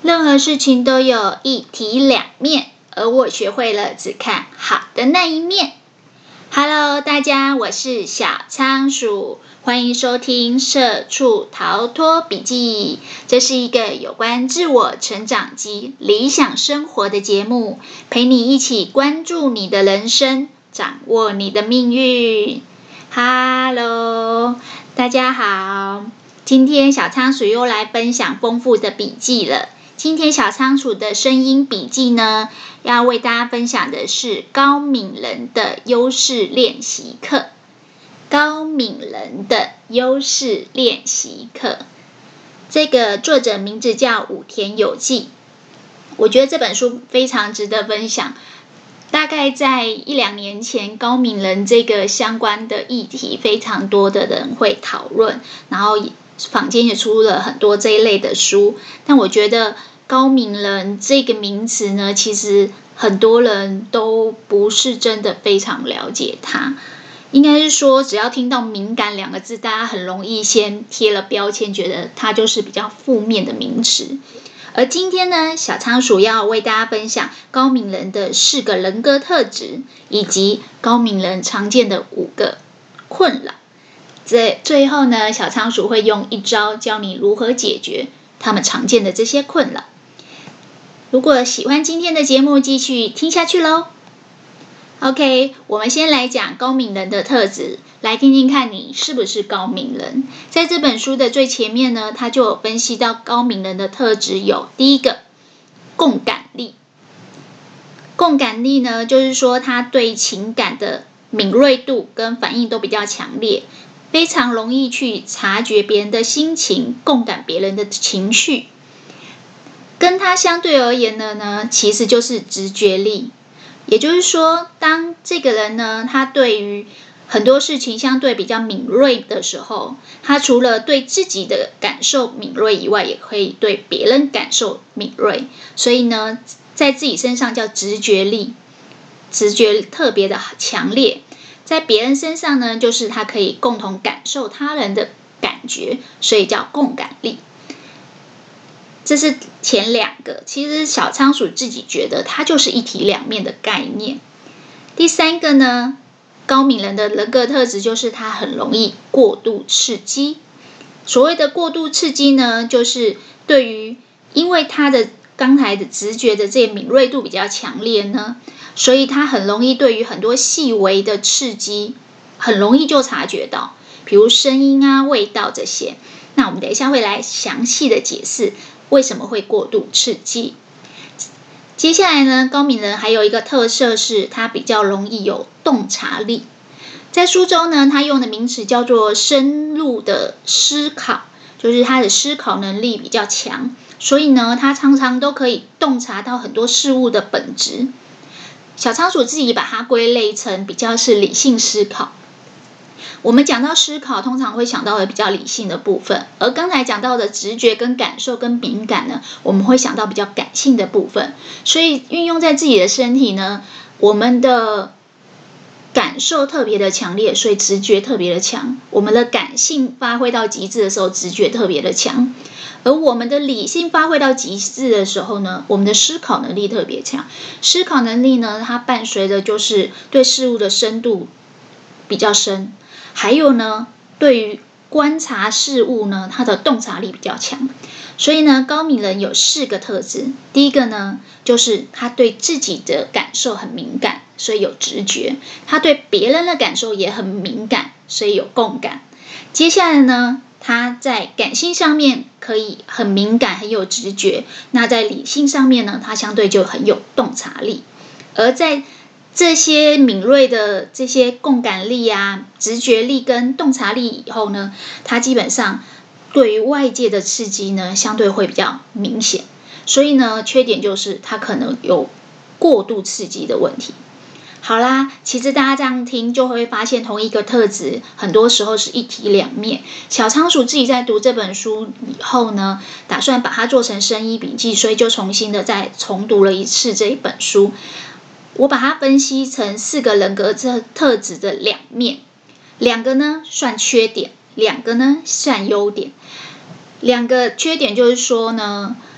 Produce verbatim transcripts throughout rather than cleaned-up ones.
任何事情都有一体两面，而我学会了只看好的那一面。Hello， 大家，我是小仓鼠，欢迎收听《社畜逃脱笔记》。这是一个有关自我成长及理想生活的节目，陪你一起关注你的人生，掌握你的命运。Hello， 大家好，今天小仓鼠又来分享丰富的笔记了。今天小仓鼠的声音笔记呢，要为大家分享的是高敏人的优势练习课。高敏人的优势练习课，这个作者名字叫武田有纪。我觉得这本书非常值得分享。大概在一两年前，高敏人这个相关的议题非常多的人会讨论，然后坊间也出了很多这一类的书。但我觉得高敏人这个名词呢，其实很多人都不是真的非常了解它。应该是说，只要听到敏感两个字，大家很容易先贴了标签，觉得它就是比较负面的名词。而今天呢，小仓鼠要为大家分享高敏人的四个人格特质，以及高敏人常见的五个困扰。最最后呢，小仓鼠会用一招教你如何解决他们常见的这些困扰。如果喜欢今天的节目，继续听下去咯。OK， 我们先来讲高敏人的特质，来听听看你是不是高敏人。在这本书的最前面呢，他就有分析到高敏人的特质有第一个共感力。共感力呢，就是说他对情感的敏锐度跟反应都比较强烈，非常容易去察觉别人的心情，共感别人的情绪。跟他相对而言的呢，其实就是直觉力。也就是说，当这个人呢，他对于很多事情相对比较敏锐的时候，他除了对自己的感受敏锐以外，也可以对别人感受敏锐。所以呢，在自己身上叫直觉力，直觉特别的强烈。在别人身上呢，就是他可以共同感受他人的感觉，所以叫共感力。这是前两个，其实小仓鼠自己觉得它就是一体两面的概念。第三个呢，高敏人的人格特质就是他很容易过度刺激。所谓的过度刺激呢，就是对于因为他的刚才的直觉的这敏锐度比较强烈呢，所以他很容易对于很多细微的刺激很容易就察觉到，比如声音啊、味道这些。那我们等一下会来详细的解释为什么会过度刺激。接下来呢，高敏人还有一个特色是他比较容易有洞察力。在书中呢，他用的名词叫做深入的思考，就是他的思考能力比较强，所以呢，他常常都可以洞察到很多事物的本质。小仓鼠自己把它归类成比较是理性思考。我们讲到思考，通常会想到的比较理性的部分，而刚才讲到的直觉跟感受跟敏感呢，我们会想到比较感性的部分。所以运用在自己的身体呢，我们的感受特别的强烈，所以直觉特别的强。我们的感性发挥到极致的时候，直觉特别的强。而我们的理性发挥到极致的时候呢，我们的思考能力特别强。思考能力呢，它伴随的就是对事物的深度比较深。还有呢，对于观察事物呢，他的洞察力比较强。所以呢，高敏人有四个特质。第一个呢，就是他对自己的感受很敏感，所以有直觉。他对别人的感受也很敏感，所以有共感。接下来呢，他在感性上面可以很敏感，很有直觉。那在理性上面呢，他相对就很有洞察力。而在这些敏锐的这些共感力啊、直觉力跟洞察力以后呢，他基本上对于外界的刺激呢，相对会比较明显。所以呢，缺点就是他可能有过度刺激的问题。好啦，其实大家这样听就会发现，同一个特质很多时候是一体两面。小仓鼠自己在读这本书以后呢，打算把它做成声音笔记，所以就重新的再重读了一次这一本书。我把它分析成四个人格特质的两面，两个呢算缺点，两个呢算优点。两个缺点就是说呢，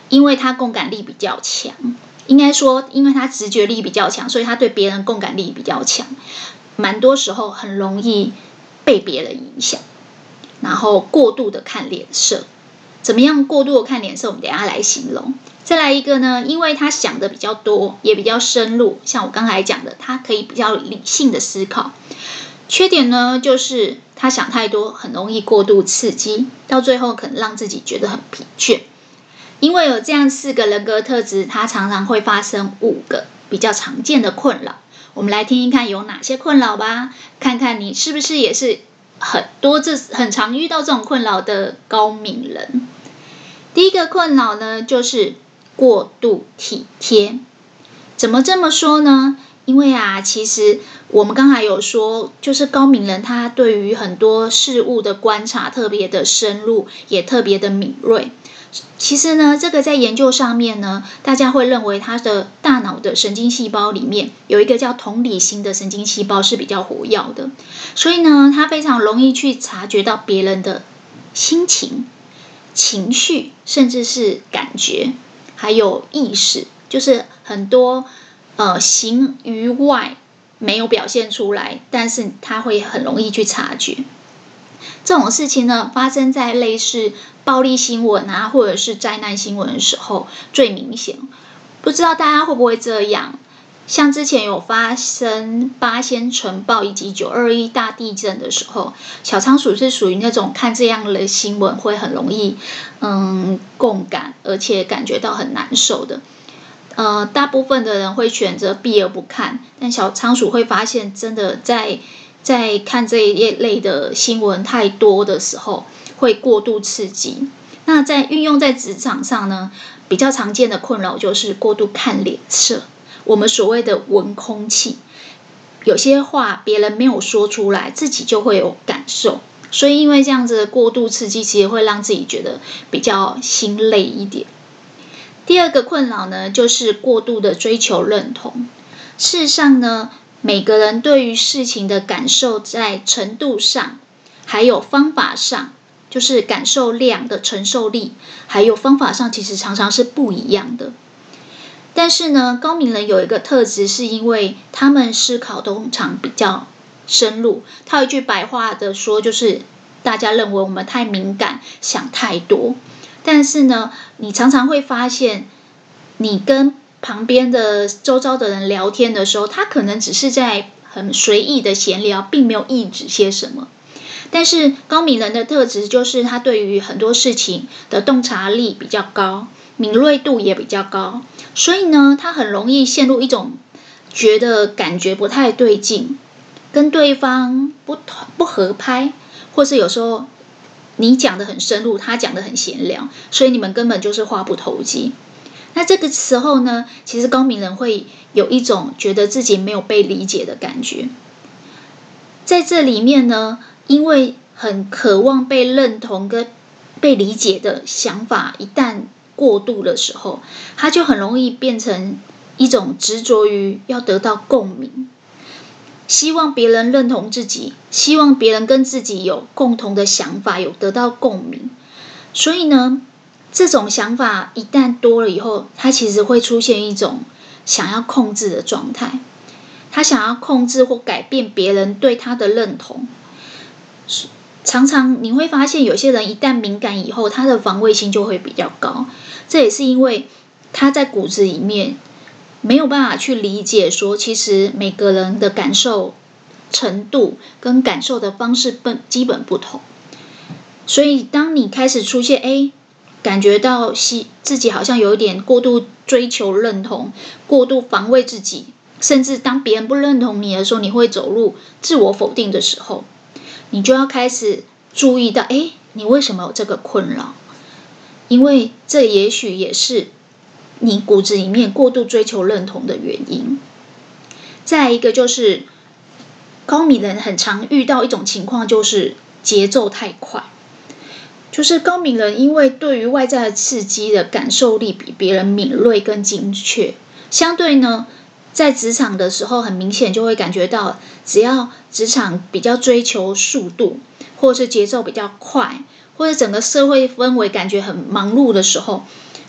因为他共感力比较强，应该说因为他直觉力比较强，所以他对别人共感力比较强，蛮多时候很容易被别人影响，然后过度的看脸色。怎么样过度的看脸色，我们等一下来形容。再来一个呢，因为他想的比较多，也比较深入，像我刚才讲的，他可以比较理性的思考。缺点呢，就是他想太多，很容易过度刺激，到最后可能让自己觉得很疲倦。因为有这样四个人格特质，他常常会发生五个比较常见的困扰。我们来听一看有哪些困扰吧，看看你是不是也是很多这很常遇到这种困扰的高敏人。第一个困扰呢，就是过度体贴。怎么这么说呢？因为啊，其实我们刚才有说，就是高敏人他对于很多事物的观察特别的深入，也特别的敏锐。其实呢，这个在研究上面呢，大家会认为他的大脑的神经细胞里面有一个叫同理心的神经细胞是比较活跃的，所以呢，他非常容易去察觉到别人的心情、情绪，甚至是感觉，还有意识，就是很多呃形于外没有表现出来，但是他会很容易去察觉。这种事情呢，发生在类似暴力新闻啊，或者是灾难新闻的时候最明显。不知道大家会不会这样？像之前有发生八仙尘爆以及九二一大地震的时候，小仓鼠是属于那种看这样的新闻会很容易嗯共感，而且感觉到很难受的。呃，大部分的人会选择避而不看，但小仓鼠会发现，真的在在看这一类的新闻太多的时候，会过度刺激。那在运用在职场上呢，比较常见的困扰就是过度看脸色，我们所谓的闻空气。有些话别人没有说出来，自己就会有感受，所以因为这样子的过度刺激，其实会让自己觉得比较心累一点。第二个困扰呢，就是过度的追求认同。事实上呢，每个人对于事情的感受在程度上，还有方法上，就是感受量的承受力，还有方法上，其实常常是不一样的。但是呢，高敏人有一个特质，是因为他们思考通常比较深入。他有一句白话的说，就是大家认为我们太敏感，想太多。但是呢，你常常会发现，你跟旁边的周遭的人聊天的时候，他可能只是在很随意的闲聊，并没有意指些什么。但是高敏人的特质就是他对于很多事情的洞察力比较高，敏锐度也比较高，所以呢，他很容易陷入一种觉得感觉不太对劲，跟对方不不合拍，或是有时候你讲的很深入，他讲的很闲聊，所以你们根本就是话不投机。那这个时候呢，其实高敏人会有一种觉得自己没有被理解的感觉。在这里面呢，因为很渴望被认同跟被理解的想法一旦过度的时候，他就很容易变成一种执着于要得到共鸣，希望别人认同自己，希望别人跟自己有共同的想法，有得到共鸣。所以呢，这种想法一旦多了以后，他其实会出现一种想要控制的状态，他想要控制或改变别人对他的认同。常常你会发现，有些人一旦敏感以后，他的防卫心就会比较高。这也是因为他在骨子里面没有办法去理解说，其实每个人的感受程度跟感受的方式基本不同。所以当你开始出现哎，感觉到自己好像有一点过度追求认同，过度防卫自己，甚至当别人不认同你的时候，你会走入自我否定的时候，你就要开始注意到，哎，你为什么有这个困扰？因为这也许也是你骨子里面过度追求认同的原因。再来一个就是高敏人很常遇到一种情况，就是节奏太快。就是高敏人因为对于外在的刺激的感受力比别人敏锐跟精确，相对呢，在职场的时候很明显就会感觉到，只要职场比较追求速度，或是节奏比较快，或者整个社会氛围感觉很忙碌的时候，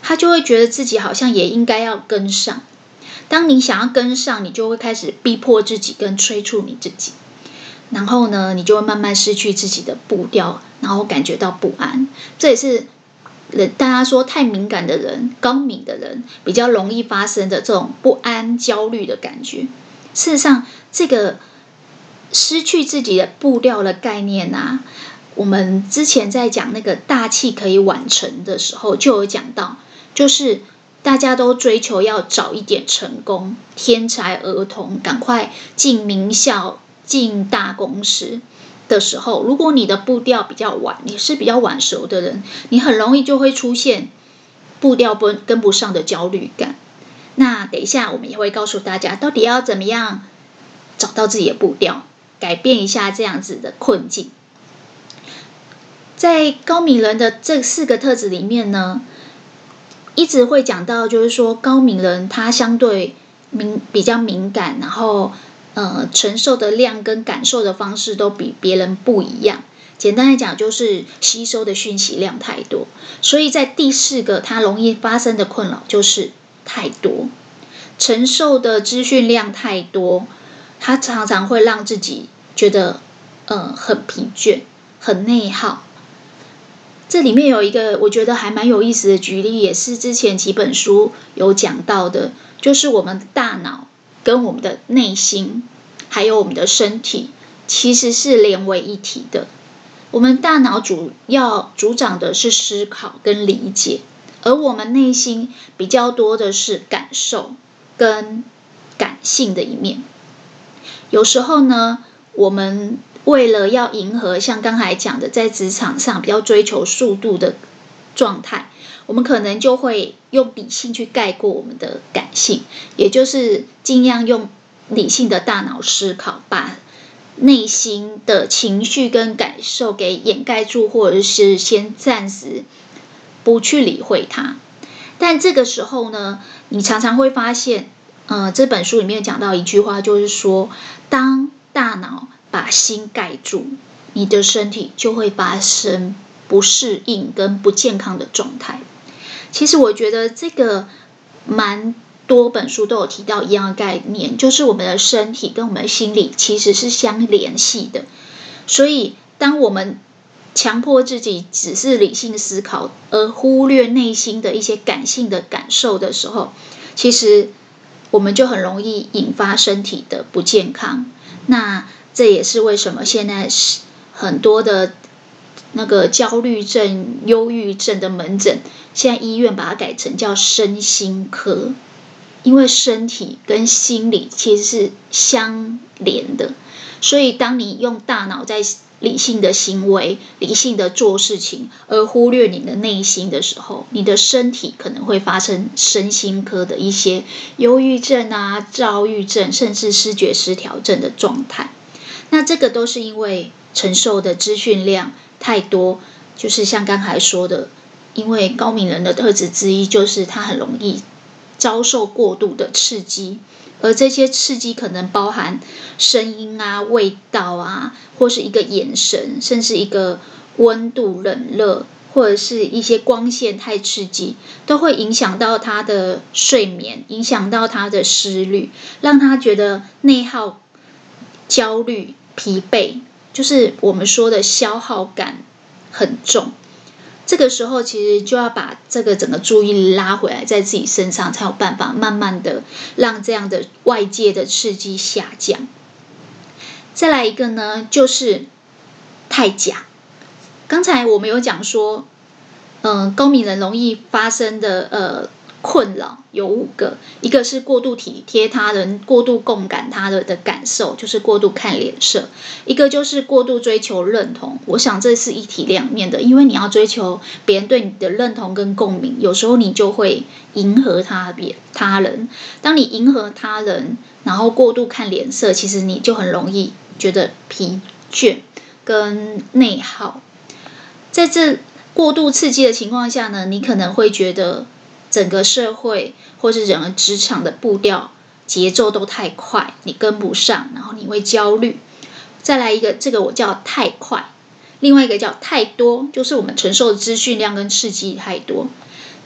他就会觉得自己好像也应该要跟上。当你想要跟上，你就会开始逼迫自己跟催促你自己，然后呢，你就会慢慢失去自己的步调，然后感觉到不安。这也是大家说太敏感的人、高敏的人比较容易发生的这种不安、焦虑的感觉。事实上，这个失去自己的步调的概念啊，我们之前在讲那个大器可以晚成的时候就有讲到，就是大家都追求要早一点成功，天才儿童赶快进名校、进大公司的时候，如果你的步调比较晚，你是比较晚熟的人，你很容易就会出现步调跟不上的焦虑感。那等一下我们也会告诉大家，到底要怎么样找到自己的步调，改变一下这样子的困境。在高敏人的这四个特质里面呢，一直会讲到，就是说高敏人他相对敏比较敏感，然后呃承受的量跟感受的方式都比别人不一样。简单来讲，就是吸收的讯息量太多。所以在第四个，他容易发生的困扰就是太多，承受的资讯量太多，他常常会让自己觉得呃很疲倦、很内耗。这里面有一个我觉得还蛮有意思的举例，也是之前几本书有讲到的，就是我们的大脑跟我们的内心还有我们的身体其实是连为一体的。我们大脑主要主掌的是思考跟理解，而我们内心比较多的是感受跟感性的一面。有时候呢，我们为了要迎合像刚才讲的在职场上比较追求速度的状态，我们可能就会用理性去盖过我们的感性，也就是尽量用理性的大脑思考，把内心的情绪跟感受给掩盖住，或者是先暂时不去理会它。但这个时候呢，你常常会发现呃，这本书里面讲到一句话，就是说当大脑把心盖住，你的身体就会发生不适应跟不健康的状态。其实我觉得这个蛮多本书都有提到一样的概念，就是我们的身体跟我们的心理其实是相联系的。所以当我们强迫自己只是理性思考，而忽略内心的一些感性的感受的时候，其实我们就很容易引发身体的不健康。那这也是为什么现在很多的那个焦虑症、忧郁症的门诊，现在医院把它改成叫身心科，因为身体跟心理其实是相连的。所以当你用大脑在理性的行为、理性的做事情，而忽略你的内心的时候，你的身体可能会发生身心科的一些忧郁症啊、躁郁症，甚至思觉失调症的状态。那这个都是因为承受的资讯量太多，就是像刚才说的，因为高敏人的特质之一就是他很容易遭受过度的刺激，而这些刺激可能包含声音啊、味道啊，或是一个眼神，甚至一个温度冷热，或者是一些光线太刺激，都会影响到他的睡眠，影响到他的思虑，让他觉得内耗、焦虑、疲惫，就是我们说的消耗感很重。这个时候其实就要把这个整个注意力拉回来在自己身上，才有办法慢慢的让这样的外界的刺激下降。再来一个呢，就是太假。刚才我们有讲说呃，高敏人容易发生的呃困扰有五个，一个是过度体贴他人，过度共感他人的感受，就是过度看脸色；一个就是过度追求认同。我想这是一体两面的，因为你要追求别人对你的认同跟共鸣，有时候你就会迎合他别他人。当你迎合他人，然后过度看脸色，其实你就很容易觉得疲倦跟内耗。在这过度刺激的情况下呢，你可能会觉得整个社会或是整个职场的步调节奏都太快，你跟不上，然后你会焦虑。再来一个，这个我叫太快，另外一个叫太多，就是我们承受的资讯量跟刺激太多。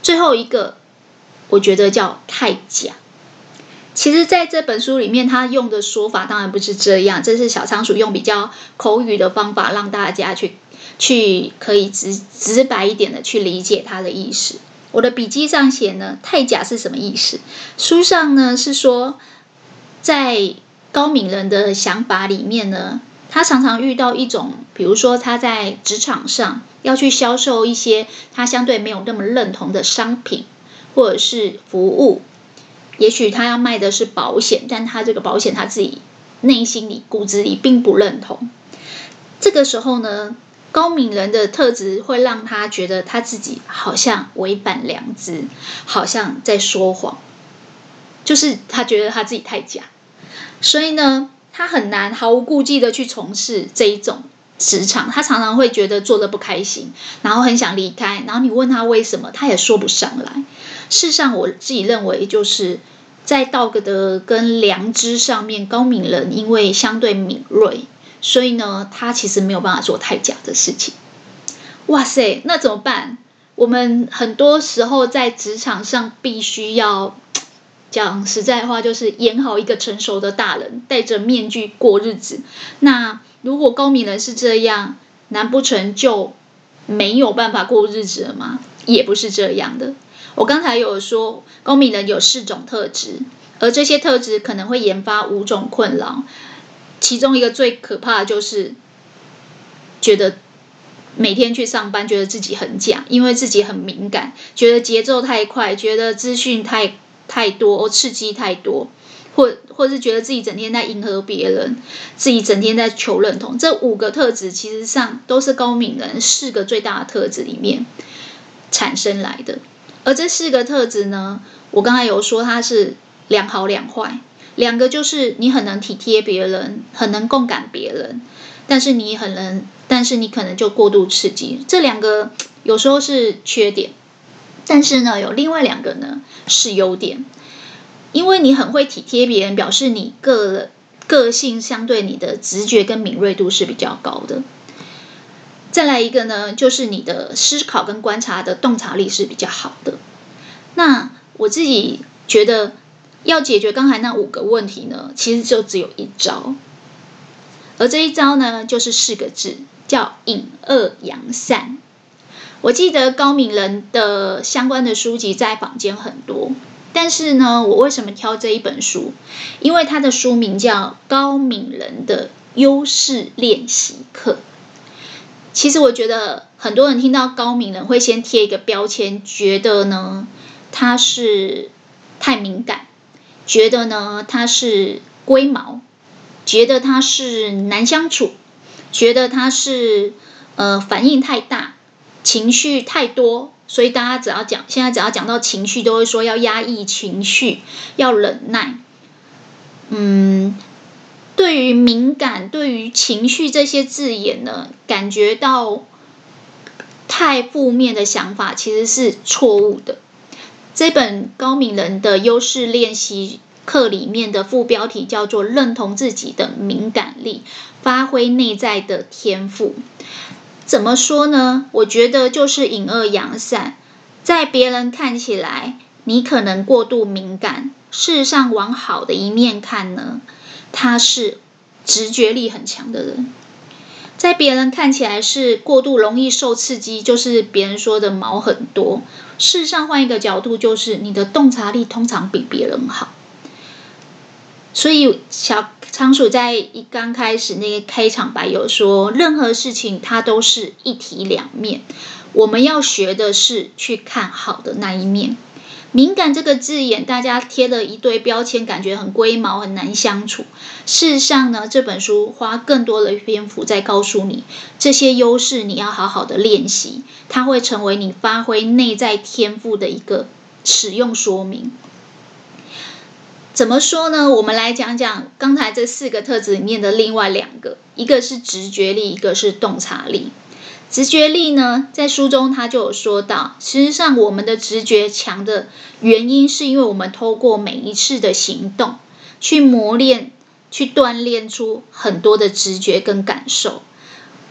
最后一个，我觉得叫太假。其实在这本书里面，他用的说法当然不是这样，这是小仓鼠用比较口语的方法，让大家去去可以直直白一点的去理解他的意思。我的笔记上写呢，太假是什么意思？书上呢是说，在高敏人的想法里面呢，他常常遇到一种，比如说他在职场上要去销售一些他相对没有那么认同的商品或者是服务。也许他要卖的是保险，但他这个保险他自己内心里骨子里并不认同。这个时候呢，高敏人的特质会让他觉得他自己好像违反良知，好像在说谎，就是他觉得他自己太假，所以呢，他很难毫无顾忌的去从事这一种职场，他常常会觉得做得不开心，然后很想离开，然后你问他为什么，他也说不上来。事实上，我自己认为就是在道德跟良知上面，高敏人因为相对敏锐，所以呢，他其实没有办法做太假的事情。哇塞，那怎么办？我们很多时候在职场上必须要讲实在话，就是演好一个成熟的大人，戴着面具过日子。那如果高敏人是这样，难不成就没有办法过日子了吗？也不是这样的。我刚才有说，高敏人有四种特质，而这些特质可能会研发五种困扰。其中一个最可怕的就是觉得每天去上班，觉得自己很假，因为自己很敏感，觉得节奏太快，觉得资讯太太多，刺激太多，或或是觉得自己整天在迎合别人，自己整天在求认同。这五个特质其实上都是高敏人四个最大的特质里面产生来的。而这四个特质呢，我刚才有说它是两好两坏。两个就是你很能体贴别人，很能共感别人，但是你很能，但是你可能就过度刺激。这两个有时候是缺点，但是呢，有另外两个呢是优点。因为你很会体贴别人，表示你个个性相对你的直觉跟敏锐度是比较高的。再来一个呢，就是你的思考跟观察的洞察力是比较好的。那我自己觉得要解决刚才那五个问题呢，其实就只有一招，而这一招呢，就是四个字，叫隐恶扬善。我记得高敏人的相关的书籍在坊间很多，但是呢，我为什么挑这一本书？因为它的书名叫《高敏人的优势练习课》。其实我觉得很多人听到高敏人会先贴一个标签，觉得呢他是太敏感，觉得呢他是龟毛，觉得他是难相处，觉得他是呃反应太大，情绪太多。所以大家只要讲，现在只要讲到情绪，都会说要压抑情绪，要忍耐。嗯。对于敏感，对于情绪这些字眼呢，感觉到太负面的想法其实是错误的。这本高敏人的优势练习课里面的副标题叫做认同自己的敏感力，发挥内在的天赋。怎么说呢？我觉得就是隐恶扬善，在别人看起来你可能过度敏感，事实上往好的一面看呢，他是直觉力很强的人。在别人看起来是过度容易受刺激，就是别人说的毛很多，事实上换一个角度，就是你的洞察力通常比别人好。所以小仓鼠在一刚开始那个开场白有说，任何事情它都是一体两面，我们要学的是去看好的那一面。敏感这个字眼，大家贴了一堆标签，感觉很龟毛，很难相处。事实上呢，这本书花更多的篇幅在告诉你，这些优势你要好好的练习，它会成为你发挥内在天赋的一个使用说明。怎么说呢？我们来讲讲刚才这四个特质里面的另外两个，一个是直觉力，一个是洞察力。直觉力呢，在书中他就有说到，实际上我们的直觉强的原因是因为我们透过每一次的行动去磨练，去锻炼出很多的直觉跟感受。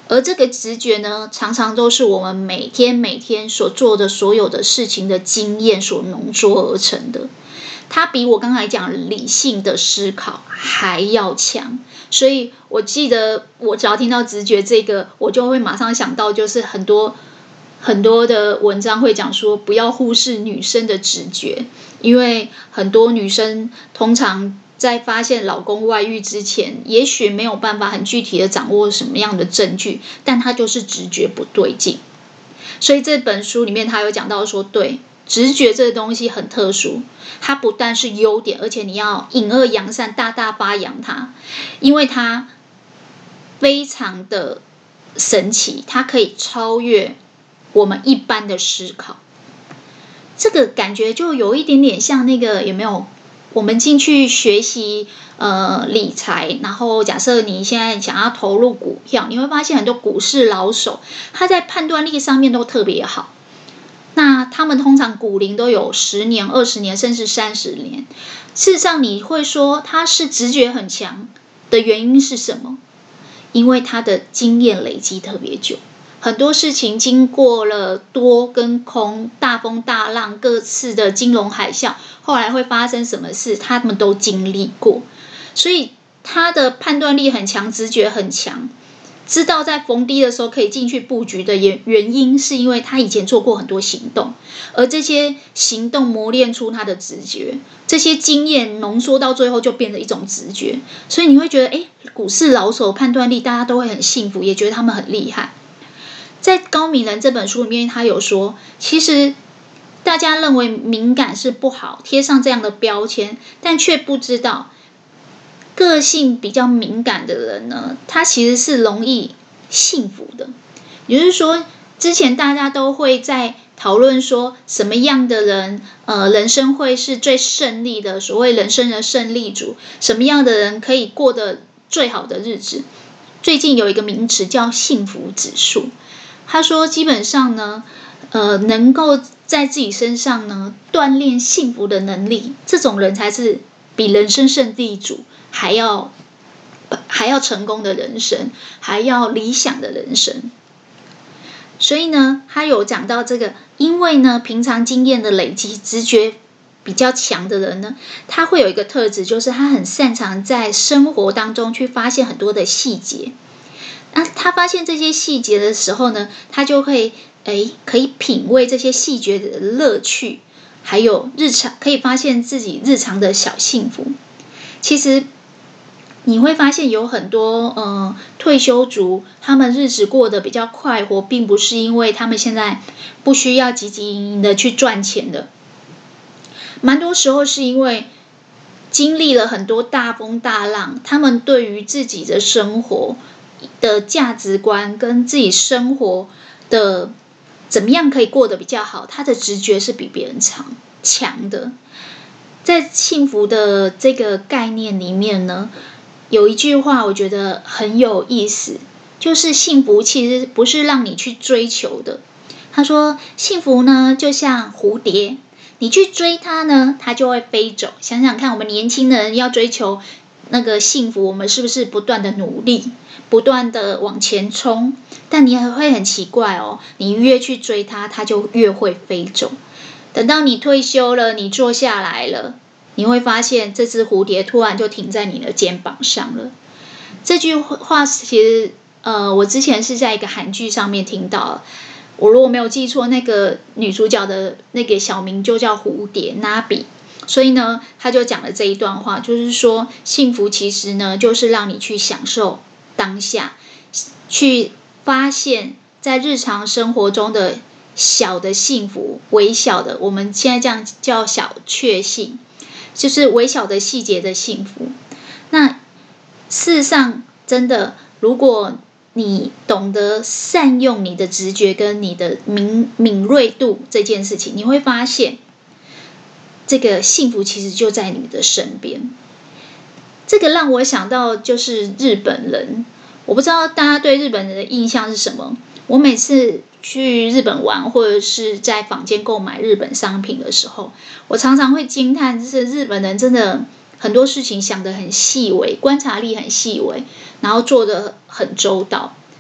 而这个直觉呢，常常都是我们每天每天所做的所有的事情的经验所浓缩而成的。它比我刚才讲理性的思考还要强。所以我记得我只要听到直觉这个，我就会马上想到，就是很多很多的文章会讲说，不要忽视女生的直觉，因为很多女生通常在发现老公外遇之前，也许没有办法很具体的掌握什么样的证据，但她就是直觉不对劲。所以这本书里面他有讲到说，对，直觉这个东西很特殊，它不但是优点，而且你要隐恶扬善，大大发扬它，因为它非常的神奇，它可以超越我们一般的思考。这个感觉就有一点点像那个，有没有？我们进去学习呃理财，然后假设你现在想要投入股票，你会发现很多股市老手，他在判断力上面都特别好。那他们通常股龄都有十年、二十年，甚至三十年。事实上，你会说他是直觉很强的原因是什么？因为他的经验累积特别久，很多事情经过了多跟空、大风大浪、各次的金融海啸，后来会发生什么事，他们都经历过，所以他的判断力很强，直觉很强。知道在逢低的时候可以进去布局的原因，是因为他以前做过很多行动，而这些行动磨练出他的直觉，这些经验浓缩到最后就变成一种直觉。所以你会觉得，哎，股市老手判断力，大家都会很幸福，也觉得他们很厉害。在《高敏人》这本书里面，他有说，其实大家认为敏感是不好，贴上这样的标签，但却不知道个性比较敏感的人呢，他其实是容易幸福的。也就是说，之前大家都会在讨论说，什么样的人，呃，人生会是最胜利的，所谓人生的胜利组，什么样的人可以过得最好的日子。最近有一个名词叫幸福指数，他说基本上呢，呃，能够在自己身上呢锻炼幸福的能力，这种人才是比人生胜利组还要还要成功的人生，还要理想的人生。所以呢，他有讲到这个，因为呢，平常经验的累积，直觉比较强的人呢，他会有一个特质，就是他很擅长在生活当中去发现很多的细节。那他发现这些细节的时候呢，他就会诶可以品味这些细节的乐趣，还有日常可以发现自己日常的小幸福。其实你会发现有很多呃退休族，他们日子过得比较快活，并不是因为他们现在不需要汲汲营营的去赚钱的，蛮多时候是因为经历了很多大风大浪，他们对于自己的生活的价值观跟自己生活的怎么样可以过得比较好，他的直觉是比别人强强的。在幸福的这个概念里面呢，有一句话我觉得很有意思，就是幸福其实不是让你去追求的。他说幸福呢就像蝴蝶，你去追它呢，它就会飞走。想想看，我们年轻人要追求那个幸福，我们是不是不断的努力，不断的往前冲？但你也会很奇怪哦，你越去追它，它就越会飞走。等到你退休了，你坐下来了，你会发现这只蝴蝶突然就停在你的肩膀上了。这句话其实呃，我之前是在一个韩剧上面听到，我如果没有记错，那个女主角的那个小名就叫蝴蝶 Nabi， 所以呢，他就讲了这一段话，就是说幸福其实呢，就是让你去享受当下，去发现在日常生活中的小的幸福，微小的，我们现在这样叫小确幸，就是微小的细节的幸福。那事实上，真的，如果你懂得善用你的直觉跟你的敏敏锐度这件事情，你会发现，这个幸福其实就在你的身边。这个让我想到就是日本人，我不知道大家对日本人的印象是什么。我每次去日本玩，或者是在坊间购买日本商品的时候，我常常会惊叹，就是日本人真的很多事情想得很细微，观察力很细微，然后做得很周到。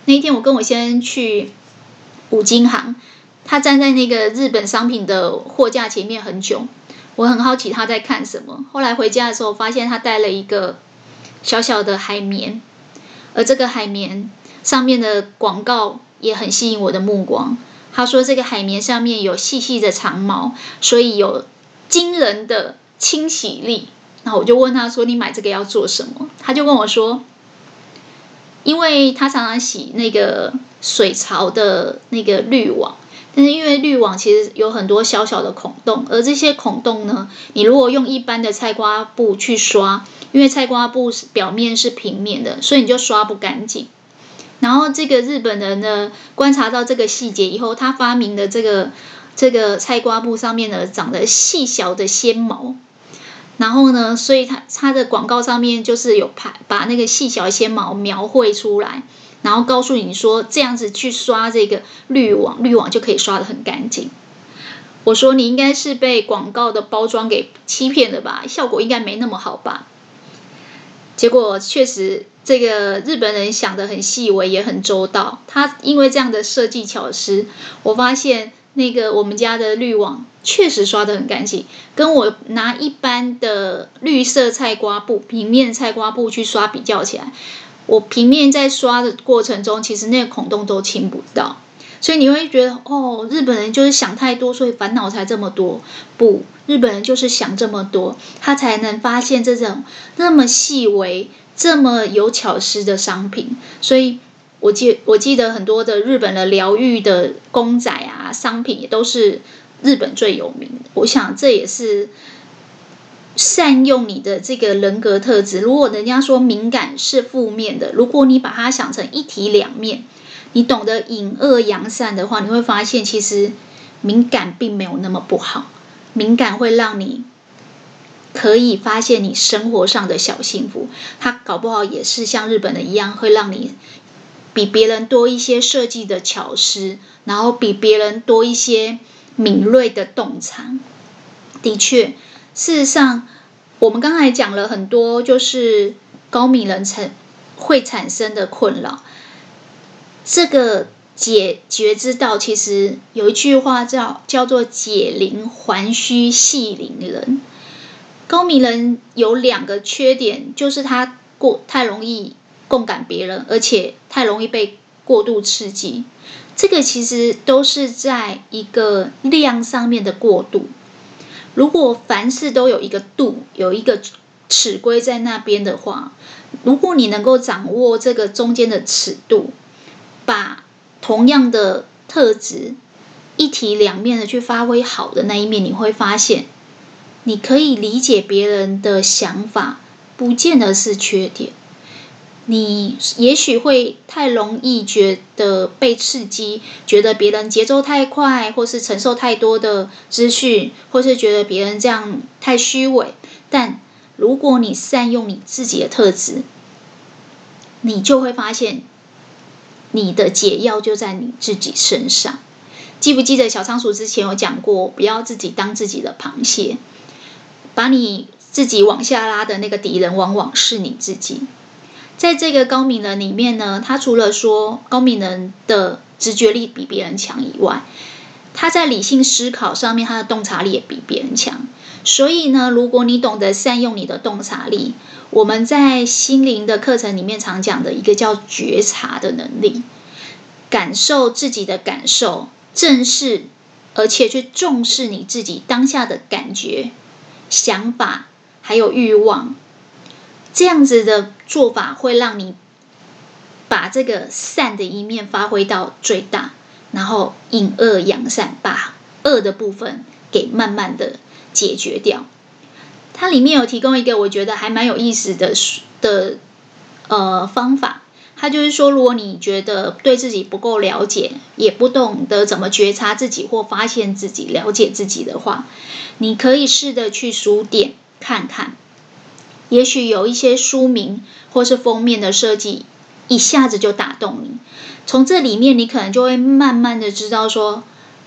那一天我跟我先生去五金行，他站在那个日本商品的货架前面很久，我很好奇他在看什么。后来回家的时候，发现他带了一个小小的海绵，而这个海绵上面的广告也很吸引我的目光。他说这个海绵上面有细细的长毛，所以有惊人的清洗力。然后我就问他说：“你买这个要做什么？”他就跟我说，因为他常常洗那个水槽的那个滤网，但是因为滤网其实有很多小小的孔洞，而这些孔洞呢，你如果用一般的菜瓜布去刷，因为菜瓜布表面是平面的，所以你就刷不干净。然后这个日本人呢，观察到这个细节以后，他发明的这个这个菜瓜布上面呢，长得细小的纤毛。然后呢，所以他他的广告上面就是有把把那个细小的纤毛描绘出来，然后告诉你说这样子去刷这个滤网，滤网就可以刷得很干净。我说你应该是被广告的包装给欺骗了吧，效果应该没那么好吧。结果确实这个日本人想得很细微也很周到，他因为这样的设计巧思，我发现那个我们家的滤网确实刷得很干净，跟我拿一般的绿色菜瓜布平面菜瓜布去刷比较起来，我平面在刷的过程中其实那个孔洞都清不到。所以你会觉得哦，日本人就是想太多，所以烦恼才这么多。不，日本人就是想这么多，他才能发现这种那么细微、这么有巧思的商品。所以我记我记得很多的日本的疗愈的公仔啊，商品也都是日本最有名的。我想这也是善用你的这个人格特质。如果人家说敏感是负面的，如果你把它想成一体两面，你懂得隐恶扬善的话，你会发现其实敏感并没有那么不好。敏感会让你可以发现你生活上的小幸福，它搞不好也是像日本人一样，会让你比别人多一些设计的巧思，然后比别人多一些敏锐的洞察。的确，事实上我们刚才讲了很多就是高敏人会产生的困扰，这个解决之道其实有一句话叫叫做解铃还须系铃人。高敏人有两个缺点，就是他过太容易共感别人，而且太容易被过度刺激。这个其实都是在一个量上面的过度。如果凡事都有一个度，有一个尺规在那边的话，如果你能够掌握这个中间的尺度，把同样的特质一体两面的去发挥好的那一面，你会发现你可以理解别人的想法，不见得是缺点。你也许会太容易觉得被刺激，觉得别人节奏太快，或是承受太多的资讯，或是觉得别人这样太虚伪。但如果你善用你自己的特质，你就会发现你的解药就在你自己身上。记不记得小仓鼠之前有讲过，不要自己当自己的螃蟹，把你自己往下拉的那个敌人往往是你自己。在这个高敏人里面呢，他除了说高敏人的直觉力比别人强以外，他在理性思考上面他的洞察力也比别人强。所以呢，如果你懂得善用你的洞察力，我们在心灵的课程里面常讲的一个叫觉察的能力，感受自己的感受，正视而且去重视你自己当下的感觉、想法还有欲望，这样子的做法会让你把这个善的一面发挥到最大，然后隐恶扬善，把恶的部分给慢慢的解决掉。它里面有提供一个我觉得还蛮有意思的的呃方法，它就是说，如果你觉得对自己不够了解，也不懂得怎么觉察自己或发现自己、了解自己的话，你可以试着去书店看看，也许有一些书名或是封面的设计一下子就打动你。从这里面你可能就会慢慢的知道说，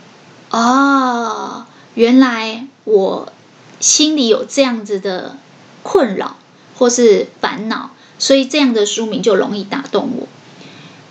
哦，原来我心里有这样子的困扰或是烦恼，所以这样的书名就容易打动我。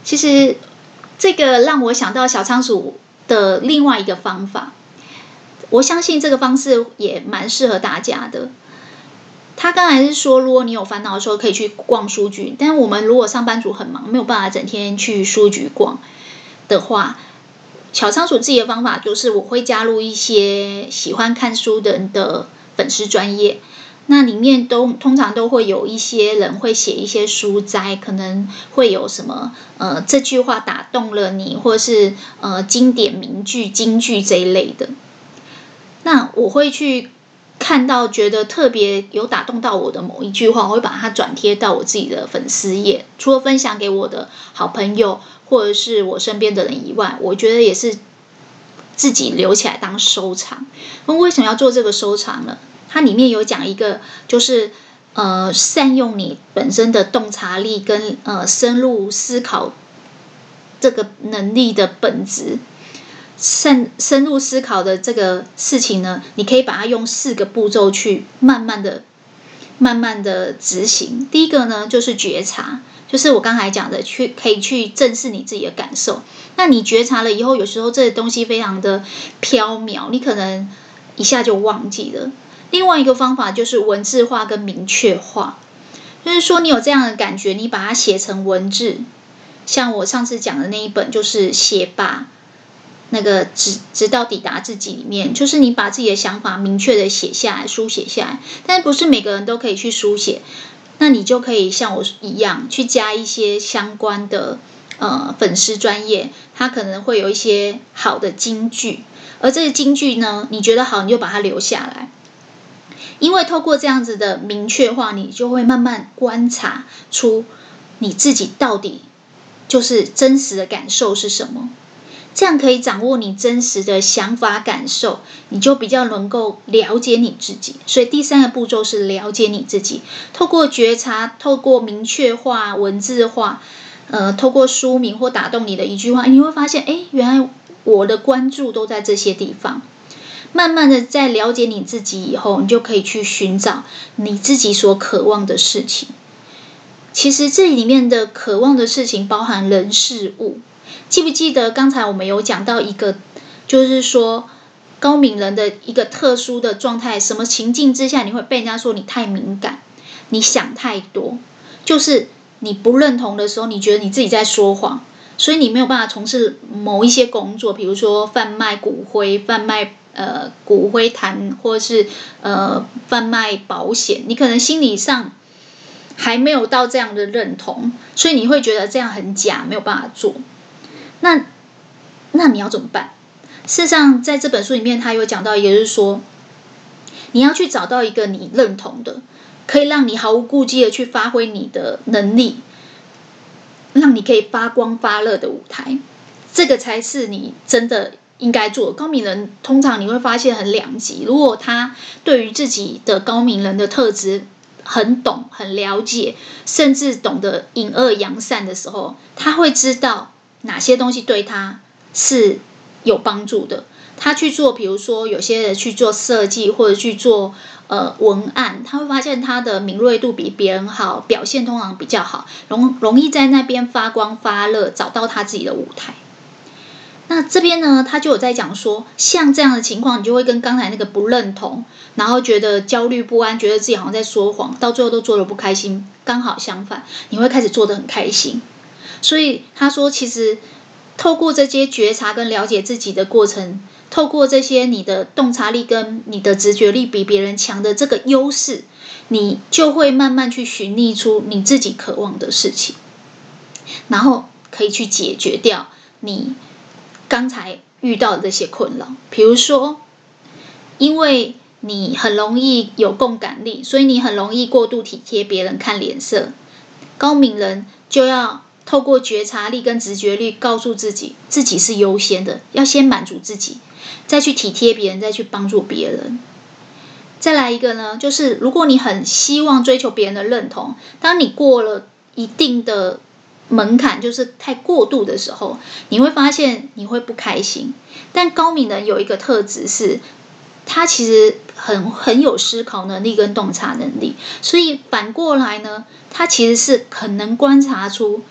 其实这个让我想到小仓鼠的另外一个方法，我相信这个方式也蛮适合大家的。他刚才是说，如果你有烦恼的时候可以去逛书局，但我们如果上班族很忙，没有办法整天去书局逛的话，小仓鼠自己的方法就是我会加入一些喜欢看书的人的粉丝专页，那里面都通常都会有一些人会写一些书摘，可能会有什么呃这句话打动了你，或是呃经典名句、金句这一类的。那我会去看到觉得特别有打动到我的某一句话，我会把它转贴到我自己的粉丝页，除了分享给我的好朋友或者是我身边的人以外，我觉得也是自己留起来当收藏。那为什么要做这个收藏呢？它里面有讲一个，就是呃善用你本身的洞察力跟呃深入思考这个能力的本质。深深入思考的这个事情呢，你可以把它用四个步骤去慢慢的、慢慢的执行。第一个呢，就是觉察，就是我刚才讲的，去可以去正视你自己的感受。那你觉察了以后，有时候这个东西非常的缥缈，你可能一下就忘记了。另外一个方法就是文字化跟明确化，就是说你有这样的感觉，你把它写成文字。像我上次讲的那一本，就是写吧。那个直直到抵达自己里面，就是你把自己的想法明确的写下来，书写下来。但不是每个人都可以去书写，那你就可以像我一样去加一些相关的呃粉丝专页，它可能会有一些好的金句，而这个金句呢，你觉得好，你就把它留下来。因为透过这样子的明确化，你就会慢慢观察出你自己到底就是真实的感受是什么。这样可以掌握你真实的想法感受，你就比较能够了解你自己。所以第三个步骤是了解你自己，透过觉察，透过明确化、文字化，呃，透过书名或打动你的一句话，你会发现，哎，原来我的关注都在这些地方。慢慢的在了解你自己以后，你就可以去寻找你自己所渴望的事情。其实这里面的渴望的事情包含人事物。记不记得刚才我们有讲到一个，就是说高敏人的一个特殊的状态，什么情境之下你会被人家说你太敏感，你想太多，就是你不认同的时候，你觉得你自己在说谎，所以你没有办法从事某一些工作，比如说贩卖骨灰、贩卖呃骨灰坛，或者是呃贩卖保险，你可能心理上还没有到这样的认同，所以你会觉得这样很假，没有办法做。那那你要怎么办？事实上，在这本书里面，他有讲到，也就是说，你要去找到一个你认同的，可以让你毫无顾忌的去发挥你的能力，让你可以发光发热的舞台，这个才是你真的应该做的。高敏人通常你会发现很两极，如果他对于自己的高敏人的特质很懂、很了解，甚至懂得隐恶扬善的时候，他会知道哪些东西对他是有帮助的。他去做，比如说有些人去做设计或者去做呃文案，他会发现他的敏锐度比别人好，表现通常比较好，容容易在那边发光发热，找到他自己的舞台。那这边呢，他就有在讲说，像这样的情况，你就会跟刚才那个不认同，然后觉得焦虑不安，觉得自己好像在说谎，到最后都做得不开心。刚好相反，你会开始做得很开心。所以他说，其实透过这些觉察跟了解自己的过程，透过这些你的洞察力跟你的直觉力比别人强的这个优势，你就会慢慢去寻觅出你自己渴望的事情，然后可以去解决掉你刚才遇到的这些困扰。比如说，因为你很容易有共感力，所以你很容易过度体贴别人看脸色。高敏人就要透过觉察力跟直觉力告诉自己，自己是优先的，要先满足自己，再去体贴别人，再去帮助别人。再来一个呢，就是如果你很希望追求别人的认同，当你过了一定的门槛，就是太过度的时候，你会发现你会不开心。但高敏人有一个特质是，他其实很很有思考能力跟洞察能力，所以反过来呢，他其实是很能观察出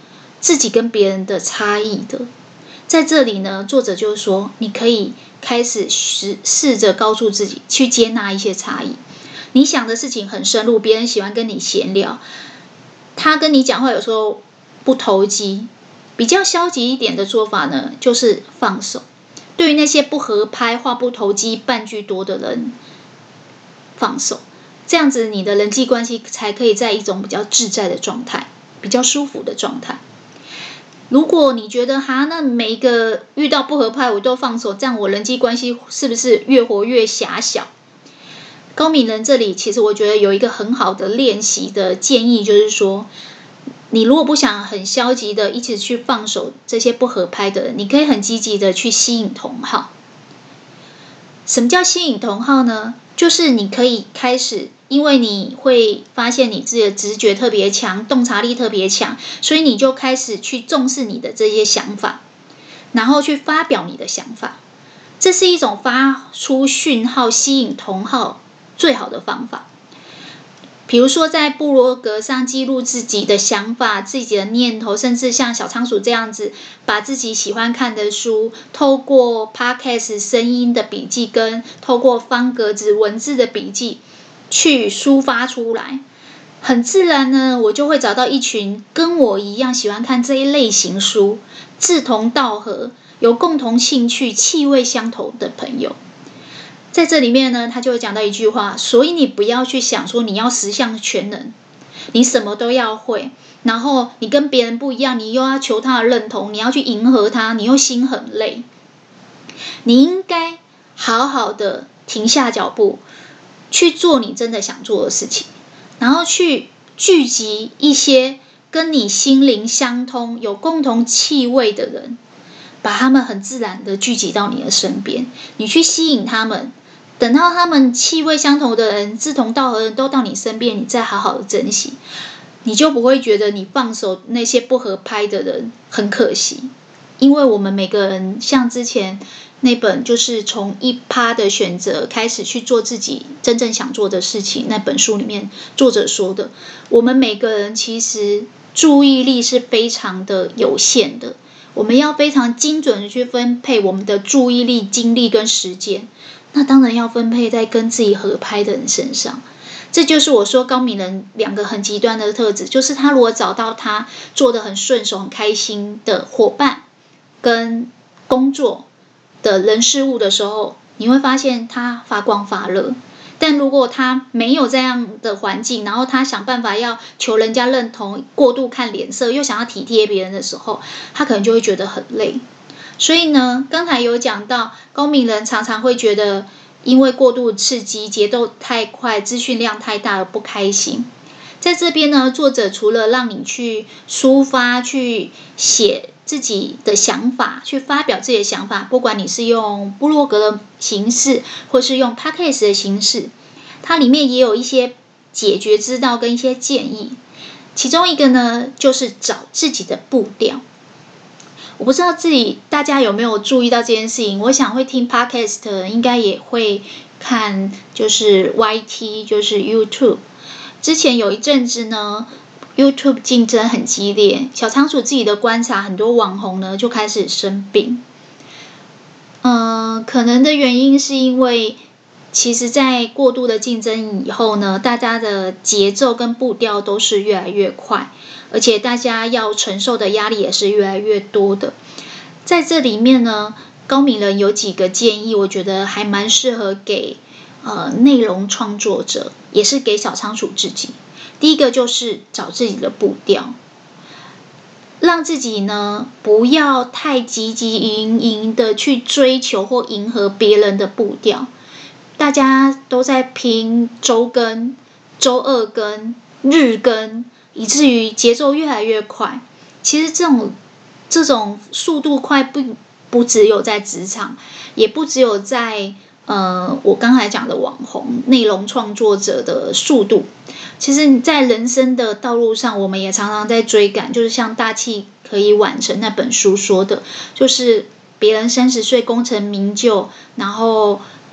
自己跟别人的差异的。在这里呢，作者就是说，你可以开始试试着告诉自己，去接纳一些差异。你想的事情很深入，别人喜欢跟你闲聊，他跟你讲话有时候不投机。比较消极一点的做法呢，就是放手。对于那些不合拍、话不投机、半句多的人，放手，这样子你的人际关系才可以在一种比较自在的状态，比较舒服的状态。如果你觉得哈，那每一个遇到不合拍我都放手，这样我人际关系是不是越活越狭小？高敏人这里其实我觉得有一个很好的练习的建议，就是说，你如果不想很消极的一直去放手这些不合拍的人，你可以很积极的去吸引同好。什么叫吸引同好呢？就是你可以开始，因为你会发现你自己的直觉特别强，洞察力特别强，所以你就开始去重视你的这些想法，然后去发表你的想法。这是一种发出讯号吸引同好最好的方法。比如说在部落格上记录自己的想法、自己的念头，甚至像小仓鼠这样子，把自己喜欢看的书，透过 podcast 声音的笔记跟透过方格子文字的笔记去抒发出来。很自然呢，我就会找到一群跟我一样喜欢看这一类型书、志同道合、有共同兴趣、气味相投的朋友。在这里面呢，他就会讲到一句话，所以你不要去想说你要十项全能，你什么都要会，然后你跟别人不一样，你又要求他的认同，你要去迎合他，你又心很累。你应该好好的停下脚步，去做你真的想做的事情，然后去聚集一些跟你心灵相通、有共同气味的人，把他们很自然的聚集到你的身边，你去吸引他们。等到他们气味相同的人、志同道合的人都到你身边，你再好好的珍惜，你就不会觉得你放手那些不合拍的人很可惜。因为我们每个人，像之前那本就是从一趴的选择开始去做自己真正想做的事情那本书里面作者说的，我们每个人其实注意力是非常的有限的，我们要非常精准的去分配我们的注意力、精力跟时间，那当然要分配在跟自己合拍的人身上。这就是我说高敏人两个很极端的特质，就是他如果找到他做得很顺手、很开心的伙伴跟工作的人事物的时候，你会发现他发光发热。但如果他没有这样的环境，然后他想办法要求人家认同，过度看脸色，又想要体贴别人的时候，他可能就会觉得很累。所以呢，刚才有讲到高敏人常常会觉得因为过度刺激、节奏太快、资讯量太大而不开心。在这边呢，作者除了让你去抒发、去写自己的想法，去发表自己的想法，不管你是用部落格的形式或是用 podcast 的形式，它里面也有一些解决之道跟一些建议。其中一个呢，就是找自己的步调。我不知道自己大家有没有注意到这件事情，我想会听 podcast 的人应该也会看就是 Y T 就是 YouTube。 之前有一阵子呢YouTube 竞争很激烈，小仓鼠自己的观察，很多网红呢就开始生病。呃，可能的原因是因为其实在过度的竞争以后呢，大家的节奏跟步调都是越来越快，而且大家要承受的压力也是越来越多的。在这里面呢，高敏人有几个建议，我觉得还蛮适合给呃内容创作者，也是给小仓鼠自己。第一个就是找自己的步调，让自己呢不要太汲汲营营的去追求或迎合别人的步调。大家都在拼周更、周二更、日更，以至于节奏越来越快。其实这种这种速度快不不只有在职场，也不只有在呃我刚才讲的网红、内容创作者的速度。其实在人生的道路上，我们也常常在追赶，就是像大器可以晚成那本书说的，就是别人三十岁功成名就，然后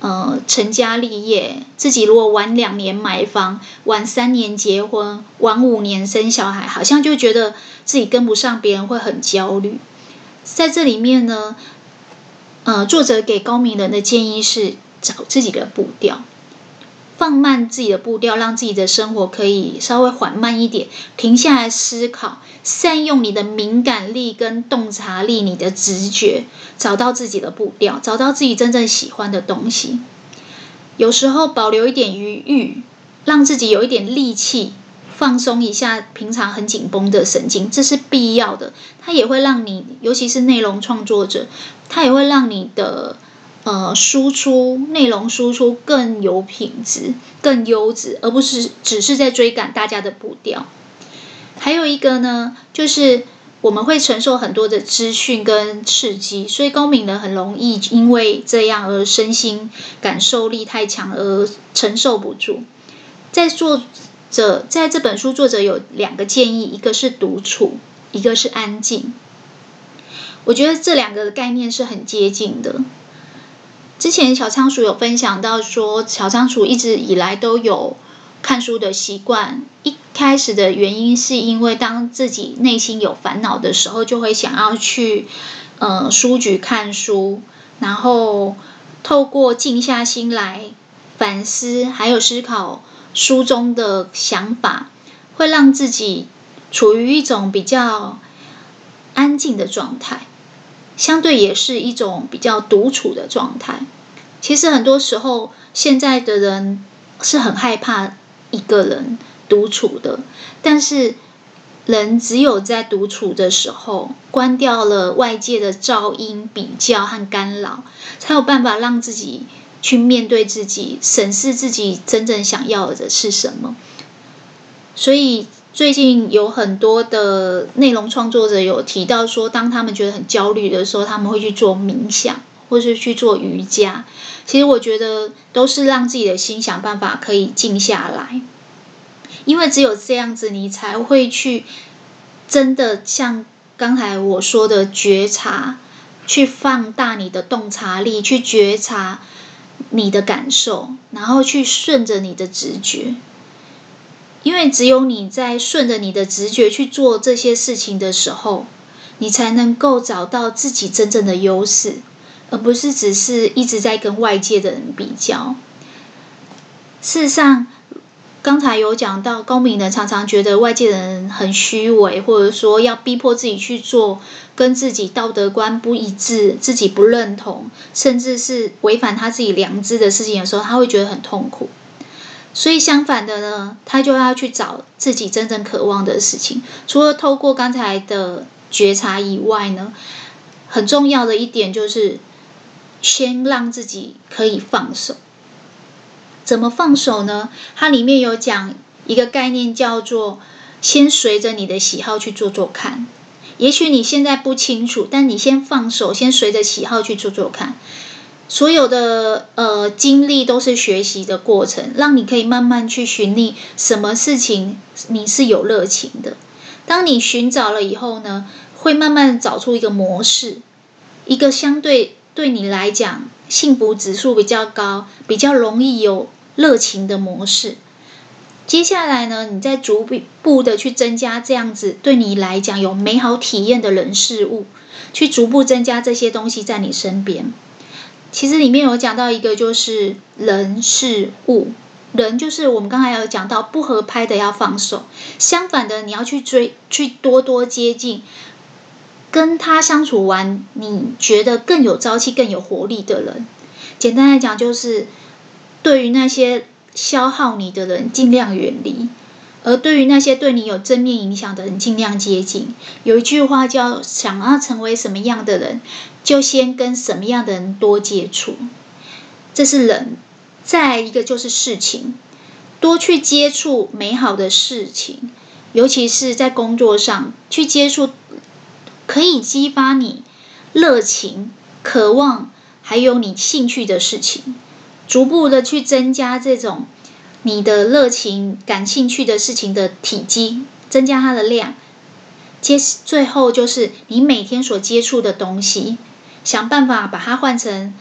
呃成家立业，自己如果晚两年买房，晚三年结婚，晚五年生小孩，好像就觉得自己跟不上别人，会很焦虑。在这里面呢，呃，作者给高敏人的建议是找自己的步调，放慢自己的步调，让自己的生活可以稍微缓慢一点，停下来思考，善用你的敏感力跟洞察力，你的直觉，找到自己的步调，找到自己真正喜欢的东西。有时候保留一点余裕，让自己有一点力气，放松一下平常很紧绷的神经，这是必要的。它也会让你，尤其是内容创作者，它也会让你的呃，输出内容输出更有品质、更优质，而不是只是在追赶大家的步调。还有一个呢，就是我们会承受很多的资讯跟刺激，所以高敏人很容易因为这样而身心感受力太强而承受不住。在作者在这本书，作者有两个建议，一个是独处，一个是安静。我觉得这两个概念是很接近的。之前小仓鼠有分享到说，小仓鼠一直以来都有看书的习惯。一开始的原因是因为当自己内心有烦恼的时候，就会想要去呃书局看书，然后透过静下心来反思，还有思考书中的想法，会让自己处于一种比较安静的状态。相对也是一种比较独处的状态。其实很多时候，现在的人是很害怕一个人独处的，但是人只有在独处的时候，关掉了外界的噪音、比较和干扰，才有办法让自己去面对自己，审视自己真正想要的是什么。所以最近有很多的内容创作者有提到说，当他们觉得很焦虑的时候，他们会去做冥想，或是去做瑜伽。其实我觉得都是让自己的心想办法可以静下来，因为只有这样子，你才会去真的像刚才我说的觉察，去放大你的洞察力，去觉察你的感受，然后去顺着你的直觉。因为只有你在顺着你的直觉去做这些事情的时候，你才能够找到自己真正的优势，而不是只是一直在跟外界的人比较。事实上，刚才有讲到高敏人常常觉得外界的人很虚伪，或者说要逼迫自己去做跟自己道德观不一致、自己不认同，甚至是违反他自己良知的事情的时候，他会觉得很痛苦。所以相反的呢，他就要去找自己真正渴望的事情。除了透过刚才的觉察以外呢，很重要的一点就是先让自己可以放手。怎么放手呢？它里面有讲一个概念叫做先随着你的喜好去做做看。也许你现在不清楚，但你先放手，先随着喜好去做做看。所有的呃经历都是学习的过程，让你可以慢慢去寻觅什么事情你是有热情的。当你寻找了以后呢，会慢慢找出一个模式，一个相对对你来讲幸福指数比较高、比较容易有热情的模式。接下来呢，你再逐步的去增加这样子对你来讲有美好体验的人事物，去逐步增加这些东西在你身边。其实里面有讲到一个就是人事物，人就是我们刚才有讲到不合拍的要放手，相反的你要去追，去多多接近，跟他相处完你觉得更有朝气、更有活力的人。简单来讲就是对于那些消耗你的人尽量远离，而对于那些对你有正面影响的人尽量接近。有一句话叫想要成为什么样的人，就先跟什么样的人多接触，这是人。再一个就是事情，多去接触美好的事情，尤其是在工作上去接触可以激发你热情、渴望还有你兴趣的事情，逐步的去增加这种你的热情、感兴趣的事情的体积，增加它的量。接最后就是你每天所接触的东西，想办法把它换成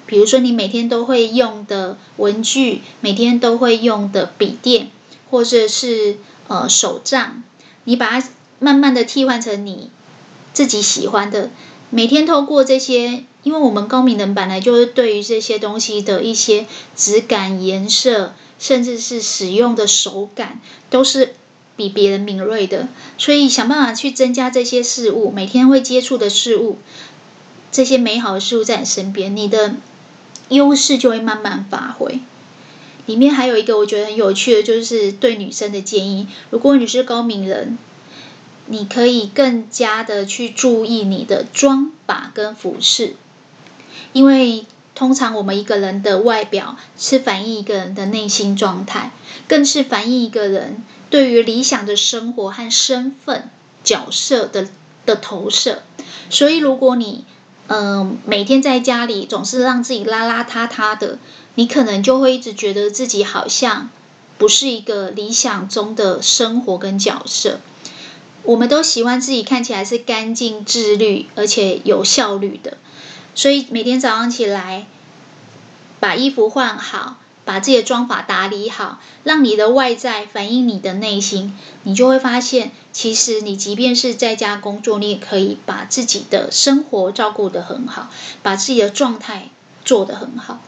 比如说你每天都会用的文具，每天都会用的笔电，或者是呃手账，你把它慢慢的替换成你自己喜欢的。每天透过这些，因为我们高敏人本来就是对于这些东西的一些质感、颜色，甚至是使用的手感，都是比别人敏锐的，所以想办法去增加这些事物，每天会接触的事物，这些美好的事物在你身边，你的优势就会慢慢发挥。里面还有一个我觉得很有趣的，就是对女生的建议，如果你是高敏人，你可以更加的去注意你的妆法跟服饰，因为通常我们一个人的外表是反映一个人的内心状态，更是反映一个人对于理想的生活和身份角色的的投射。所以如果你呃每天在家里总是让自己邋邋遢遢的，你可能就会一直觉得自己好像不是一个理想中的生活跟角色。我们都喜欢自己看起来是干净、自律而且有效率的，所以每天早上起来把衣服换好，把自己的妆法打理好，让你的外在反映你的内心，你就会发现其实你即便是在家工作，你也可以把自己的生活照顾得很好，把自己的状态做得很好。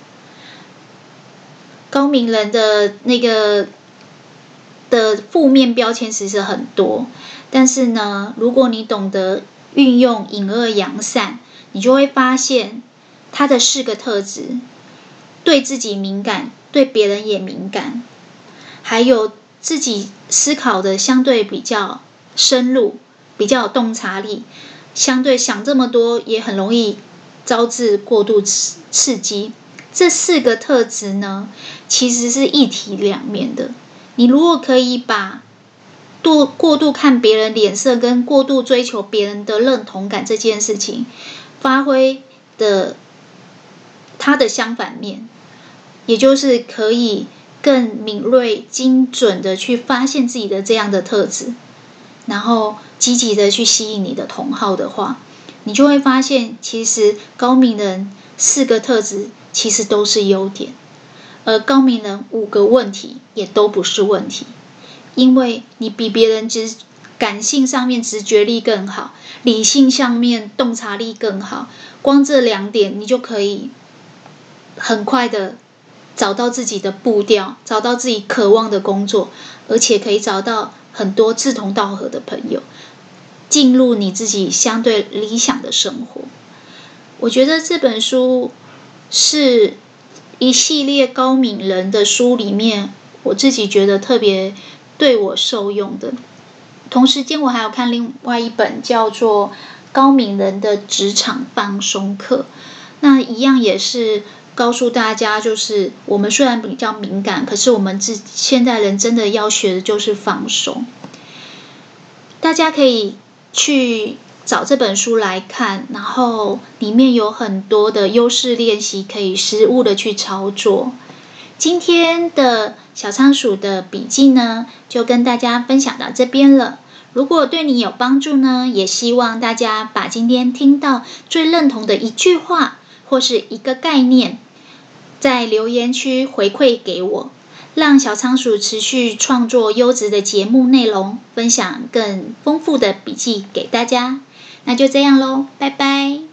高敏人的那个的负面标签其实很多，但是呢，如果你懂得运用隐恶扬善，你就会发现它的四个特质：对自己敏感，对别人也敏感，还有自己思考的相对比较深入，比较有洞察力，相对想这么多也很容易招致过度刺激。这四个特质呢，其实是一体两面的。你如果可以把过过度看别人脸色跟过度追求别人的认同感这件事情发挥的它的相反面，也就是可以更敏锐精准的去发现自己的这样的特质，然后积极的去吸引你的同好的话，你就会发现其实高敏人四个特质其实都是优点，而高敏人五个问题也都不是问题，因为你比别人直感性上面直觉力更好，理性上面洞察力更好，光这两点你就可以很快的找到自己的步调，找到自己渴望的工作，而且可以找到很多志同道合的朋友，进入你自己相对理想的生活。我觉得这本书是一系列高敏人的书里面，我自己觉得特别对我受用的。同时间我还有看另外一本叫做《高敏人的职场放松课》，那一样也是告诉大家，就是我们虽然比较敏感，可是我们自现代人真的要学的就是放松。大家可以去找这本书来看，然后里面有很多的优势练习可以实务的去操作。今天的小仓鼠的笔记呢，就跟大家分享到这边了。如果对你有帮助呢，也希望大家把今天听到最认同的一句话或是一个概念，在留言区回馈给我，让小仓鼠持续创作优质的节目内容，分享更丰富的笔记给大家。那就这样咯，拜拜。